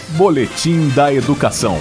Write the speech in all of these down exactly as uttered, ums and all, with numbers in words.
Boletim da Educação.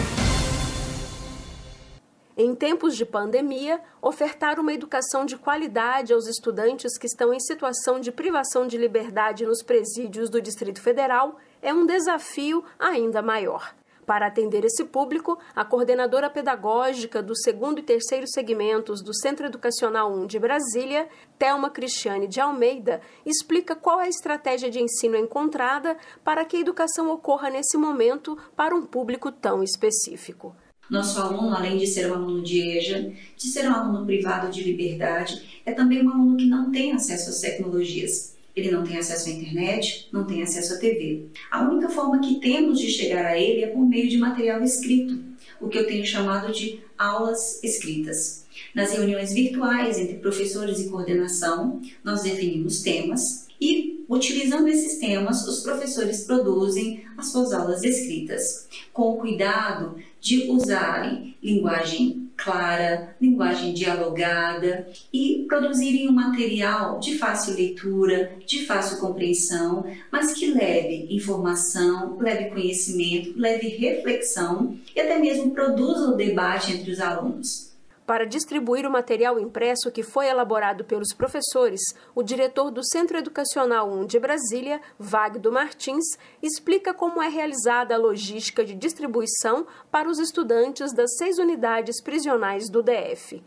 Em tempos de pandemia, ofertar uma educação de qualidade aos estudantes que estão em situação de privação de liberdade nos presídios do Distrito Federal é um desafio ainda maior. Para atender esse público, a coordenadora pedagógica do segundo e terceiro segmentos do Centro Educacional um de Brasília, Thelma Cristiane de Almeida, explica qual é a estratégia de ensino encontrada para que a educação ocorra nesse momento para um público tão específico. Nosso aluno, além de ser um aluno de E J A, de ser um aluno privado de liberdade, é também um aluno que não tem acesso às tecnologias. Ele não tem acesso à internet, não tem acesso à T V. A única forma que temos de chegar a ele é por meio de material escrito, o que eu tenho chamado de aulas escritas. Nas reuniões virtuais entre professores e coordenação, nós definimos temas e, utilizando esses temas, os professores produzem as suas aulas escritas, com o cuidado de usarem linguagem clara, linguagem dialogada e produzirem um material de fácil leitura, de fácil compreensão, mas que leve informação, leve conhecimento, leve reflexão e até mesmo produza o debate entre os alunos. Para distribuir o material impresso que foi elaborado pelos professores, o diretor do Centro Educacional um de Brasília, Wagdo Martins, explica como é realizada a logística de distribuição para os estudantes das seis unidades prisionais do D F.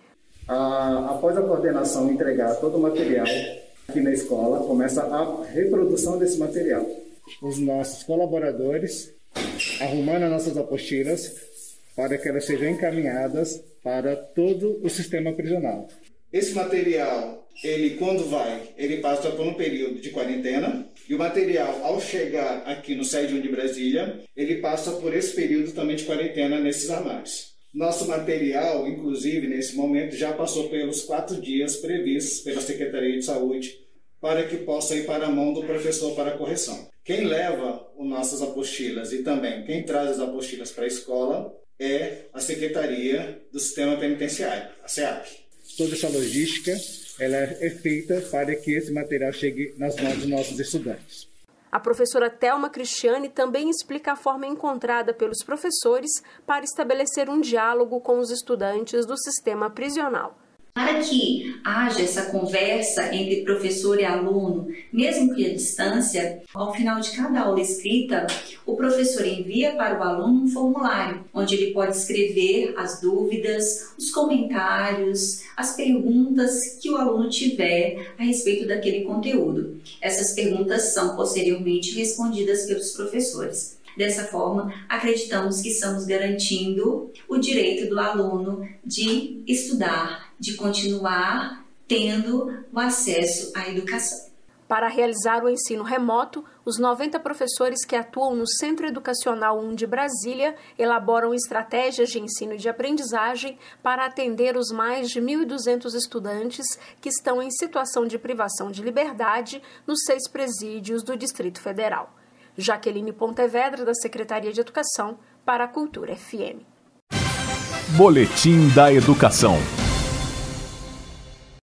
Ah, após a coordenação entregar todo o material aqui na escola, começa a reprodução desse material. Os nossos colaboradores arrumando as nossas apostilas para que elas sejam encaminhadas para todo o sistema prisional. Esse material, ele quando vai, ele passa por um período de quarentena, e o material, ao chegar aqui no SED um de Brasília, ele passa por esse período também de quarentena nesses armários. Nosso material, inclusive, nesse momento, já passou pelos quatro dias previstos pela Secretaria de Saúde para que possa ir para a mão do professor para a correção. Quem leva as nossas apostilas e também quem traz as apostilas para a escola é a Secretaria do Sistema Penitenciário, a SEAP. Toda essa logística ela é feita para que esse material chegue nas mãos dos nossos estudantes. A professora Thelma Cristiane também explica a forma encontrada pelos professores para estabelecer um diálogo com os estudantes do sistema prisional. Para que haja essa conversa entre professor e aluno, mesmo que à distância, ao final de cada aula escrita, o professor envia para o aluno um formulário, onde ele pode escrever as dúvidas, os comentários, as perguntas que o aluno tiver a respeito daquele conteúdo. Essas perguntas são posteriormente respondidas pelos professores. Dessa forma, acreditamos que estamos garantindo o direito do aluno de estudar, de continuar tendo o acesso à educação. Para realizar o ensino remoto, os noventa professores que atuam no Centro Educacional um de Brasília elaboram estratégias de ensino e de aprendizagem para atender os mais de mil e duzentos estudantes que estão em situação de privação de liberdade nos seis presídios do Distrito Federal. Jaqueline Pontevedra, da Secretaria de Educação, para a Cultura F M. Boletim da Educação.